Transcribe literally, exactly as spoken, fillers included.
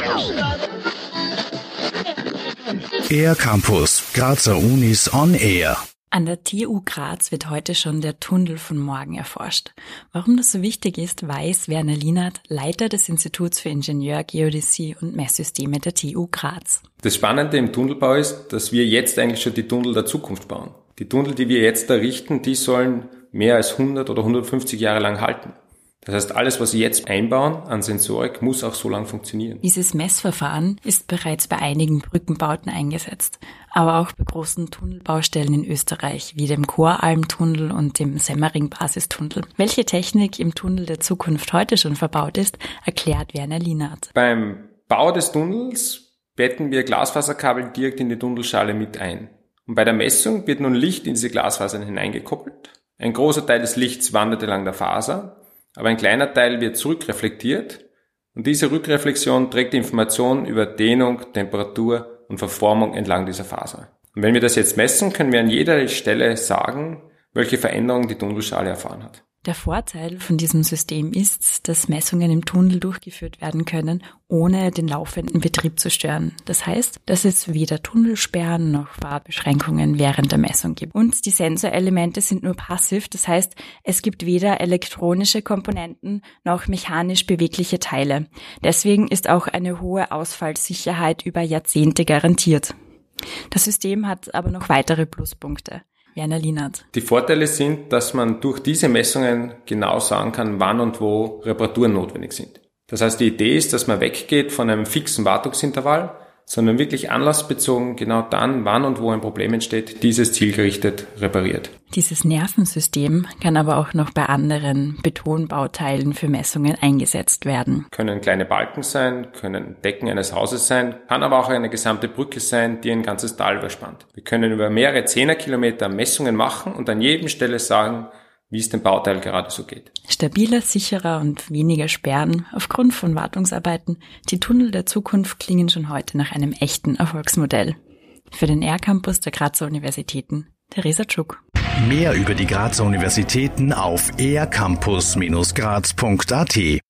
Air Campus, Grazer Unis on Air. An der T U Graz wird heute schon der Tunnel von morgen erforscht. Warum das so wichtig ist, weiß Werner Lienert, Leiter des Instituts für Ingenieurgeodäsie und Messsysteme der T U Graz. Das Spannende im Tunnelbau ist, dass wir jetzt eigentlich schon die Tunnel der Zukunft bauen. Die Tunnel, die wir jetzt errichten, die sollen mehr als hundert oder hundertfünfzig Jahre lang halten. Das heißt, alles, was Sie jetzt einbauen an Sensorik, muss auch so lang funktionieren. Dieses Messverfahren ist bereits bei einigen Brückenbauten eingesetzt, aber auch bei großen Tunnelbaustellen in Österreich, wie dem Koralmtunnel und dem Semmering-Basistunnel. Welche Technik im Tunnel der Zukunft heute schon verbaut ist, erklärt Werner Lienert. Beim Bau des Tunnels betten wir Glasfaserkabel direkt in die Tunnelschale mit ein. Und bei der Messung wird nun Licht in diese Glasfasern hineingekoppelt. Ein großer Teil des Lichts wandert entlang der Faser, aber ein kleiner Teil wird zurückreflektiert und diese Rückreflexion trägt die Information über Dehnung, Temperatur und Verformung entlang dieser Faser. Und wenn wir das jetzt messen, können wir an jeder Stelle sagen, welche Veränderung die Tunnelschale erfahren hat. Der Vorteil von diesem System ist, dass Messungen im Tunnel durchgeführt werden können, ohne den laufenden Betrieb zu stören. Das heißt, dass es weder Tunnelsperren noch Fahrbeschränkungen während der Messung gibt. Und die Sensorelemente sind nur passiv, das heißt, es gibt weder elektronische Komponenten noch mechanisch bewegliche Teile. Deswegen ist auch eine hohe Ausfallsicherheit über Jahrzehnte garantiert. Das System hat aber noch weitere Pluspunkte. Werner Lienert. Die Vorteile sind, dass man durch diese Messungen genau sagen kann, wann und wo Reparaturen notwendig sind. Das heißt, die Idee ist, dass man weggeht von einem fixen Wartungsintervall, sondern wirklich anlassbezogen genau dann, wann und wo ein Problem entsteht, dieses zielgerichtet repariert. Dieses Nervensystem kann aber auch noch bei anderen Betonbauteilen für Messungen eingesetzt werden. Können kleine Balken sein, können Decken eines Hauses sein, kann aber auch eine gesamte Brücke sein, die ein ganzes Tal überspannt. Wir können über mehrere Zehnerkilometer Messungen machen und an jedem Stelle sagen, wie es dem Bauteil gerade so geht. Stabiler, sicherer und weniger Sperren aufgrund von Wartungsarbeiten. Die Tunnel der Zukunft klingen schon heute nach einem echten Erfolgsmodell. Für den Air Campus der Grazer Universitäten, Theresa Tschuk. Mehr über die Grazer Universitäten auf air campus Bindestrich graz Punkt a t.